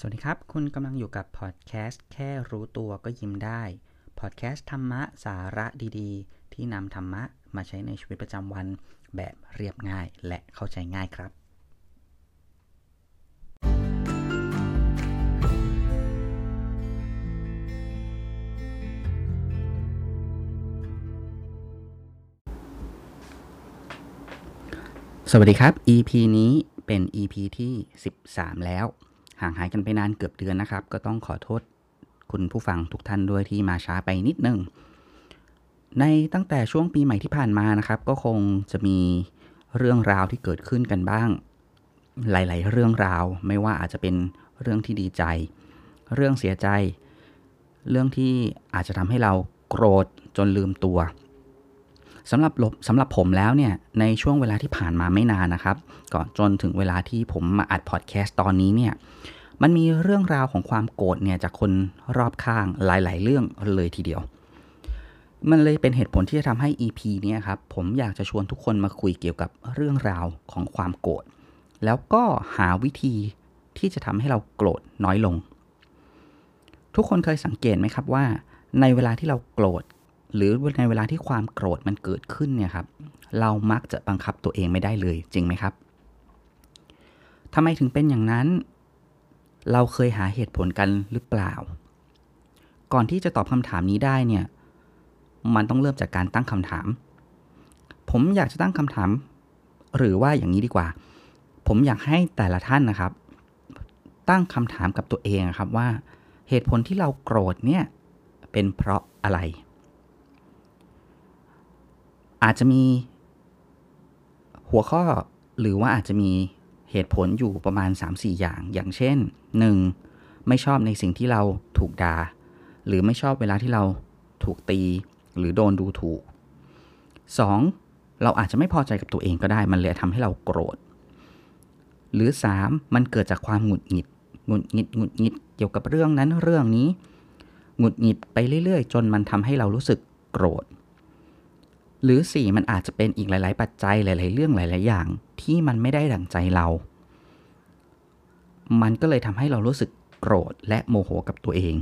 สวัสดีครับคุณกำลังอยู่กับพอดแคสต์แค่รู้ตัวก็ยิ้มได้พอดแคสต์ธรรมะสาระดีๆที่นำธรรมะมาใช้ในชีวิตประจำวันแบบเรียบง่ายและเข้าใจง่ายครับสวัสดีครับ EP นี้เป็น EP ที่13แล้วห่างหายกันไปนานเกือบเดือนนะครับก็ต้องขอโทษคุณผู้ฟังทุกท่านด้วยที่มาช้าไปนิดนึงในตั้งแต่ช่วงปีใหม่ที่ผ่านมานะครับก็คงจะมีเรื่องราวที่เกิดขึ้นกันบ้างหลายๆเรื่องราวไม่ว่าอาจจะเป็นเรื่องที่ดีใจเรื่องเสียใจเรื่องที่อาจจะทำให้เราโกรธจนลืมตัวสำหรับผมแล้วเนี่ยในช่วงเวลาที่ผ่านมาไม่นานนะครับก่อนจนถึงเวลาที่ผมมาอัดพอดแคสต์ตอนนี้เนี่ยมันมีเรื่องราวของความโกรธเนี่ยจากคนรอบข้างหลายๆเรื่องเลยทีเดียวมันเลยเป็นเหตุผลที่จะทำให้ EP นี้ครับผมอยากจะชวนทุกคนมาคุยเกี่ยวกับเรื่องราวของความโกรธแล้วก็หาวิธีที่จะทำให้เราโกรธน้อยลงทุกคนเคยสังเกตไหมครับว่าในเวลาที่เราโกรธหรือในเวลาที่ความโกรธมันเกิดขึ้นเนี่ยครับเรามักจะบังคับตัวเองไม่ได้เลยจริงไหมครับทำไมถึงเป็นอย่างนั้นเราเคยหาเหตุผลกันหรือเปล่าก่อนที่จะตอบคำถามนี้ได้เนี่ยมันต้องเริ่มจากการตั้งคำถามผมอยากจะตั้งคำถามหรือว่าอย่างนี้ดีกว่าผมอยากให้แต่ละท่านนะครับตั้งคำถามกับตัวเองครับว่าเหตุผลที่เราโกรธเนี่ยเป็นเพราะอะไรอาจจะมีหัวข้อหรือว่าอาจจะมีเหตุผลอยู่ประมาณ 3-4 อย่างเช่น 1. ไม่ชอบในสิ่งที่เราถูกด่าหรือไม่ชอบเวลาที่เราถูกตีหรือโดนดูถูก 2. เราอาจจะไม่พอใจกับตัวเองก็ได้มันเลยทำให้เราโกรธหรือ 3. มันเกิดจากความหงุดหงิดเกี่ยวกับเรื่องนั้นเรื่องนี้หงุดหงิดไปเรื่อยๆจนมันทำให้เรารู้สึกโกรธหรือ 4. มันอาจจะเป็นอีกหลายๆปัจจัยหลายๆเรื่องหลายๆอย่างที่มันไม่ได้ดั่งใจเรามันก็เลยทำให้เรารู้สึกโกรธและโมโหกับตัวเอง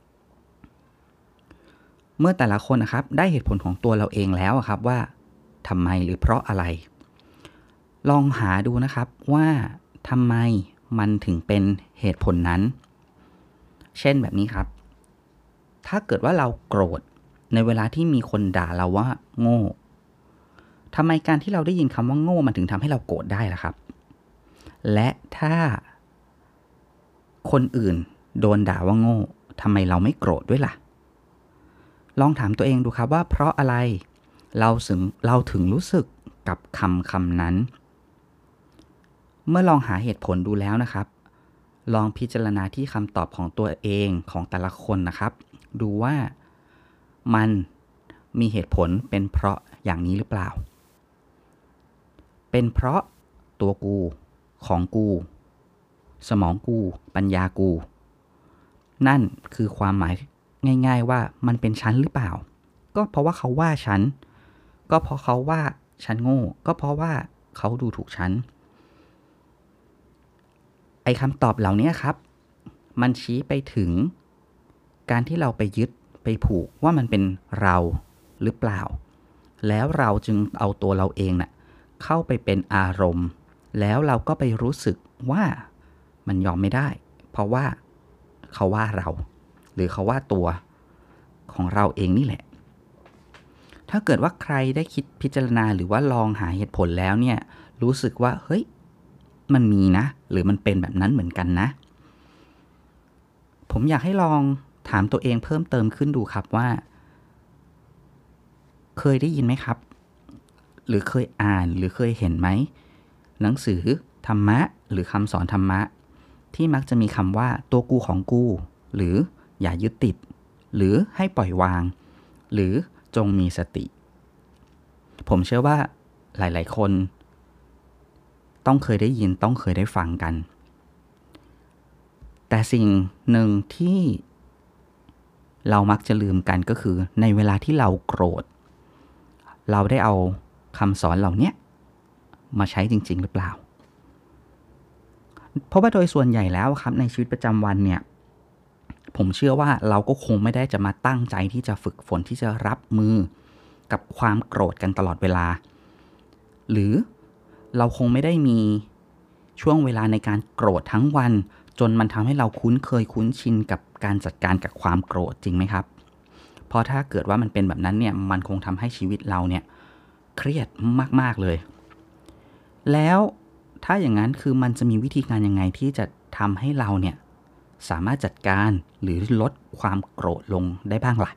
เมื่อแต่ละคนนะครับได้เหตุผลของตัวเราเองแล้วครับว่าทำไมหรือเพราะอะไรลองหาดูนะครับว่าทำไมมันถึงเป็นเหตุผลนั้นเช่นแบบนี้ครับถ้าเกิดว่าเราโกรธในเวลาที่มีคนด่าเราว่าโง่ทำไมการที่เราได้ยินคำว่าโง่มันถึงทำให้เราโกรธได้ล่ะครับและถ้าคนอื่นโดนด่าว่าโง่ทำไมเราไม่โกรธด้วยล่ะลองถามตัวเองดูครับว่าเพราะอะไรเราถึงรู้สึกกับคำนั้นเมื่อลองหาเหตุผลดูแล้วนะครับลองพิจารณาที่คำตอบของตัวเองของแต่ละคนนะครับดูว่ามันมีเหตุผลเป็นเพราะอย่างนี้หรือเปล่าเป็นเพราะตัวกูของกูสมองกูปัญญากูนั่นคือความหมายง่ายๆว่ามันเป็นฉันหรือเปล่าก็เพราะว่าเขาว่าฉันก็เพราะเขาว่าฉันโง่ก็เพราะว่าเขาดูถูกฉันไอ้คำตอบเหล่านี้ครับมันชี้ไปถึงการที่เราไปยึดไปผูกว่ามันเป็นเราหรือเปล่าแล้วเราจึงเอาตัวเราเองน่ะเข้าไปเป็นอารมณ์แล้วเราก็ไปรู้สึกว่ามันยอมไม่ได้เพราะว่าเขาว่าเราหรือเขาว่าตัวของเราเองนี่แหละถ้าเกิดว่าใครได้คิดพิจารณาหรือว่าลองหาเหตุผลแล้วเนี่ยรู้สึกว่าเฮ้ยมันมีนะหรือมันเป็นแบบนั้นเหมือนกันนะผมอยากให้ลองถามตัวเองเพิ่มเติมขึ้นดูครับว่าเคยได้ยินไหมครับหรือเคยอ่านหรือเคยเห็นไหมหนังสือธรรมะหรือคำสอนธรรมะที่มักจะมีคำว่าตัวกูของกูหรืออย่ายึดติดหรือให้ปล่อยวางหรือจงมีสติผมเชื่อว่าหลายๆคนต้องเคยได้ยินต้องเคยได้ฟังกันแต่สิ่งหนึ่งที่เรามักจะลืมกันก็คือในเวลาที่เราโกรธเราได้เอาคำสอนเหล่านี้มาใช้จริงๆหรือเปล่าเพราะว่าโดยส่วนใหญ่แล้วครับในชีวิตประจำวันเนี่ยผมเชื่อว่าเราก็คงไม่ได้จะมาตั้งใจที่จะฝึกฝนที่จะรับมือกับความโกรธกันตลอดเวลาหรือเราคงไม่ได้มีช่วงเวลาในการโกรธทั้งวันจนมันทำให้เราคุ้นเคยคุ้นชินกับการจัดการกับความโกรธจริงไหมครับเพราะถ้าเกิดว่ามันเป็นแบบนั้นเนี่ยมันคงทำให้ชีวิตเราเนี่ยเครียดมากๆเลยแล้วถ้าอย่างนั้นคือมันจะมีวิธีการยังไงที่จะทำให้เราเนี่ยสามารถจัดการหรือลดความโกรธลงได้บ้างล่ะ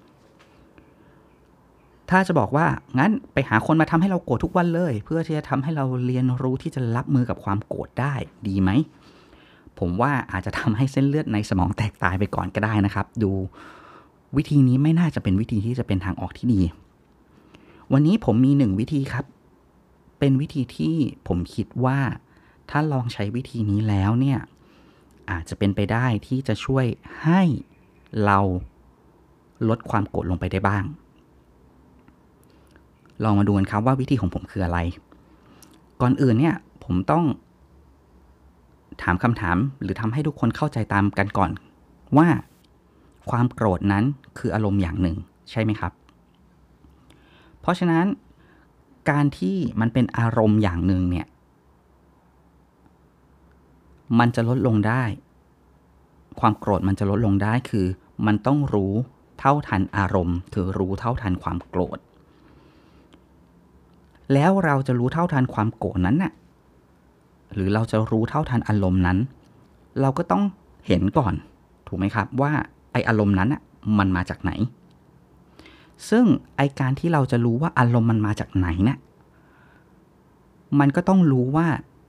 ถ้าจะบอกว่างั้นไปหาคนมาทำให้เราโกรธทุกวันเลยเพื่อที่จะทำให้เราเรียนรู้ที่จะรับมือกับความโกรธได้ดีไหมผมว่าอาจจะทำให้เส้นเลือดในสมองแตกตายไปก่อนก็ได้นะครับดูวิธีนี้ไม่น่าจะเป็นวิธีที่จะเป็นทางออกที่ดีวันนี้ผมมี1วิธีครับเป็นวิธีที่ผมคิดว่าถ้าลองใช้วิธีนี้แล้วเนี่ยอาจจะเป็นไปได้ที่จะช่วยให้เราลดความโกรธลงไปได้บ้างลองมาดูกันครับว่าวิธีของผมคืออะไรก่อนอื่นเนี่ยผมต้องถามคำถามหรือทำให้ทุกคนเข้าใจตามกันก่อนว่าความโกรธนั้นคืออารมณ์อย่างหนึ่งใช่ไหมครับเพราะฉะนั้นการที่มันเป็นอารมณ์อย่างหนึ่งเนี่ยมันจะลดลงได้ความโกรธมันจะลดลงได้คือมันต้องรู้เท่าทันอารมณ์คือรู้เท่าทันความโกรธแล้วเราจะรู้เท่าทันความโกรธนั้นน่ะหรือเราจะรู้เท่าทันอารมณ์นั้นเราก็ต้องเห็นก่อนถูกไหมครับว่าไออารมณ์นั้นน่ะมันมาจากไหนซึ่งไอการที่เราจะรู้ว่าอารมณ์มันมาจากไหนเนี่ยมันก็ต้องรู้ว่า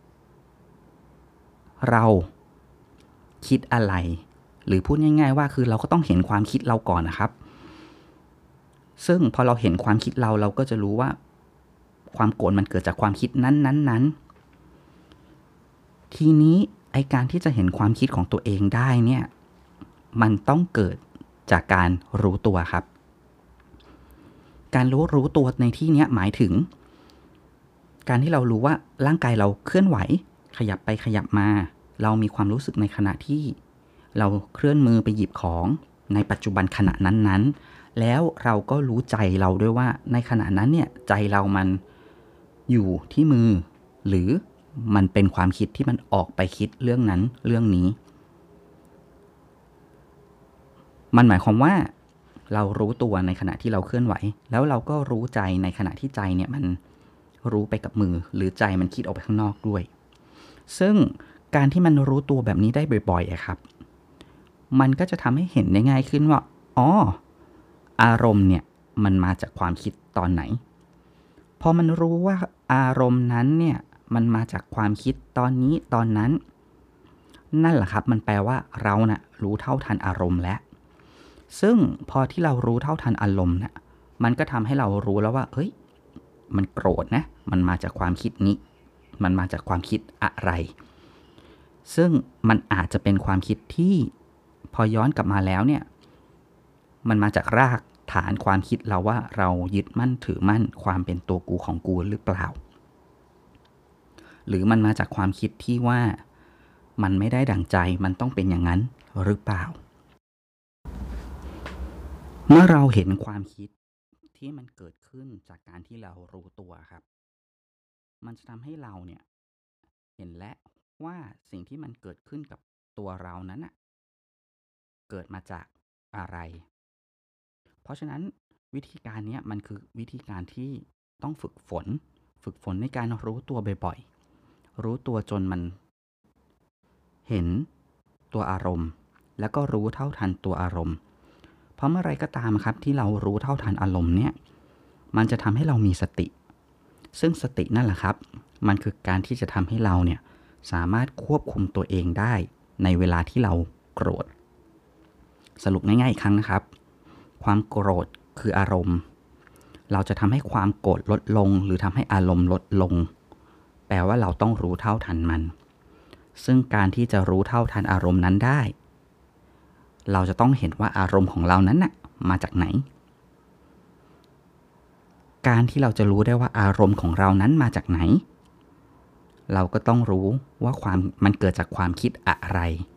เราคิดอะไรหรือพูดง่ายๆว่าคือเราก็ต้องเห็นความคิดเราก่อนนะครับซึ่งพอเราเห็นความคิดเราก็จะรู้ว่าความโกรธมันเกิดจากความคิดนั้นทีนี้ไอการที่จะเห็นความคิดของตัวเองได้เนี่ยมันต้องเกิดจากการรู้ตัวครับการรู้ตัวในที่นี้หมายถึงการที่เรารู้ว่าร่างกายเราเคลื่อนไหวขยับไปขยับมาเรามีความรู้สึกในขณะที่เราเคลื่อนมือไปหยิบของในปัจจุบันขณะนั้นๆแล้วเราก็รู้ใจเราด้วยว่าในขณะนั้นเนี่ยใจเรามันอยู่ที่มือหรือมันเป็นความคิดที่มันออกไปคิดเรื่องนั้นเรื่องนี้มันหมายความว่าเรารู้ตัวในขณะที่เราเคลื่อนไหวแล้วเราก็รู้ใจในขณะที่ใจเนี่ยมันรู้ไปกับมือหรือใจมันคิดออกไปข้างนอกด้วยซึ่งการที่มันรู้ตัวแบบนี้ได้บ่อยๆอะครับมันก็จะทำให้เห็นได้ง่ายขึ้นว่าอ๋ออารมณ์เนี่ยมันมาจากความคิดตอนไหนพอมันรู้ว่าอารมณ์นั้นเนี่ยมันมาจากความคิดตอนนี้ตอนนั้นนั่นแหละครับมันแปลว่าเราน่ะรู้เท่าทันอารมณ์แล้วซึ่งพอที่เรารู้เท่าทันอารมณ์น่ะมันก็ทำให้เรารู้แล้วว่าเฮ้ยมันโกรธนะมันมาจากความคิดนี้มันมาจากความคิดอะไรซึ่งมันอาจจะเป็นความคิดที่พอย้อนกลับมาแล้วเนี่ยมันมาจากรากฐานความคิดเราว่าเรายึดมั่นถือมั่นความเป็นตัวกูของกูหรือเปล่าหรือมันมาจากความคิดที่ว่ามันไม่ได้ดั่งใจมันต้องเป็นอย่างนั้นหรือเปล่าเมื่อเราเห็นความคิดที่มันเกิดขึ้นจากการที่เรารู้ตัวครับมันจะทำให้เราเนี่ยเห็นและว่าสิ่งที่มันเกิดขึ้นกับตัวเรานั้นน่ะเกิดมาจากอะไรเพราะฉะนั้นวิธีการนี้มันคือวิธีการที่ต้องฝึกฝนในการรู้ตัวบ่อยๆรู้ตัวจนมันเห็นตัวอารมณ์แล้วก็รู้เท่าทันตัวอารมณ์เพราะเมื่อไรก็ตามครับที่เรารู้เท่าทันอารมณ์เนี่ยมันจะทำให้เรามีสติซึ่งสตินั่นแหละครับมันคือการที่จะทำให้เราเนี่ยสามารถควบคุมตัวเองได้ในเวลาที่เราโกรธสรุปง่ายๆอีกครั้งนะครับความโกรธคืออารมณ์เราจะทำให้ความโกรธลดลงหรือทำให้อารมณ์ลดลงแปลว่าเราต้องรู้เท่าทันมันซึ่งการที่จะรู้เท่าทันอารมณ์นั้นได้เราจะต้องเห็นว่าอารมณ์ของเรานั้นน่ะมาจากไหนการที่เราจะรู้ได้ว่าอารมณ์ของเรานั้นมาจากไหนเราก็ต้องรู้ว่ามันเกิดจากความคิดอะไร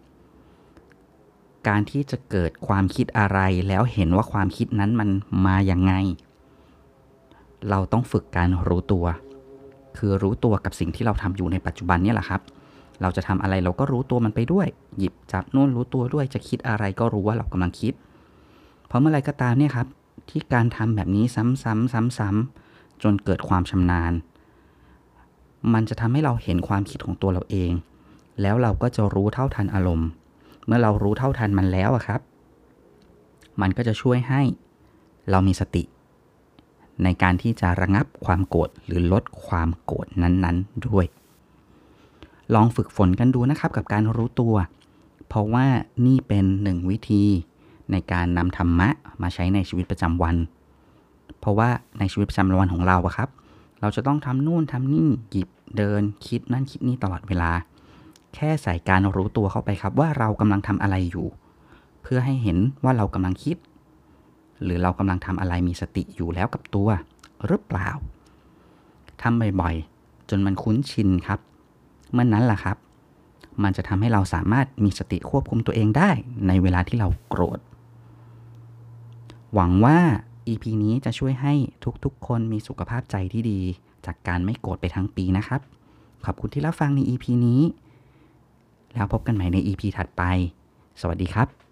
การที่จะเกิดความคิดอะไรแล้วเห็นว่าความคิดนั้นมันมาอย่างไงเราต้องฝึกการรู้ตัวคือรู้ตัวกับสิ่งที่เราทำอยู่ในปัจจุบันเนี่ยแหละครับเราจะทำอะไรเราก็รู้ตัวมันไปด้วยหยิบจับนู่นรู้ตัวด้วยจะคิดอะไรก็รู้ว่าเรากำลังคิดเพราะเมื่อไรก็ตามเนี่ยครับที่การทำแบบนี้ซ้ำๆจนเกิดความชำนาญมันจะทำให้เราเห็นความคิดของตัวเราเองแล้วเราก็จะรู้เท่าทันอารมณ์เมื่อเรารู้เท่าทันมันแล้วครับมันก็จะช่วยให้เรามีสติในการที่จะระงับความโกรธหรือลดความโกรธนั้นๆด้วยลองฝึกฝนกันดูนะครับกับการรู้ตัวเพราะว่านี่เป็นหนึ่งวิธีในการนำธรรมะมาใช้ในชีวิตประจำวันเพราะว่าในชีวิตประจำวันของเราครับเราจะต้องทำนู่นทำนี่หยิบเดินคิดนั่นคิดนี่ตลอดเวลาแค่ใส่การรู้ตัวเข้าไปครับว่าเรากำลังทำอะไรอยู่เพื่อให้เห็นว่าเรากำลังคิดหรือเรากำลังทำอะไรมีสติอยู่แล้วกับตัวหรือเปล่าทำบ่อยๆจนมันคุ้นชินครับเมื่อนั้นแหละครับมันจะทำให้เราสามารถมีสติควบคุมตัวเองได้ในเวลาที่เราโกรธหวังว่า EP นี้จะช่วยให้ทุกๆคนมีสุขภาพใจที่ดีจากการไม่โกรธไปทั้งปีนะครับขอบคุณที่รับฟังใน EP นี้แล้วพบกันใหม่ใน EP ถัดไปสวัสดีครับ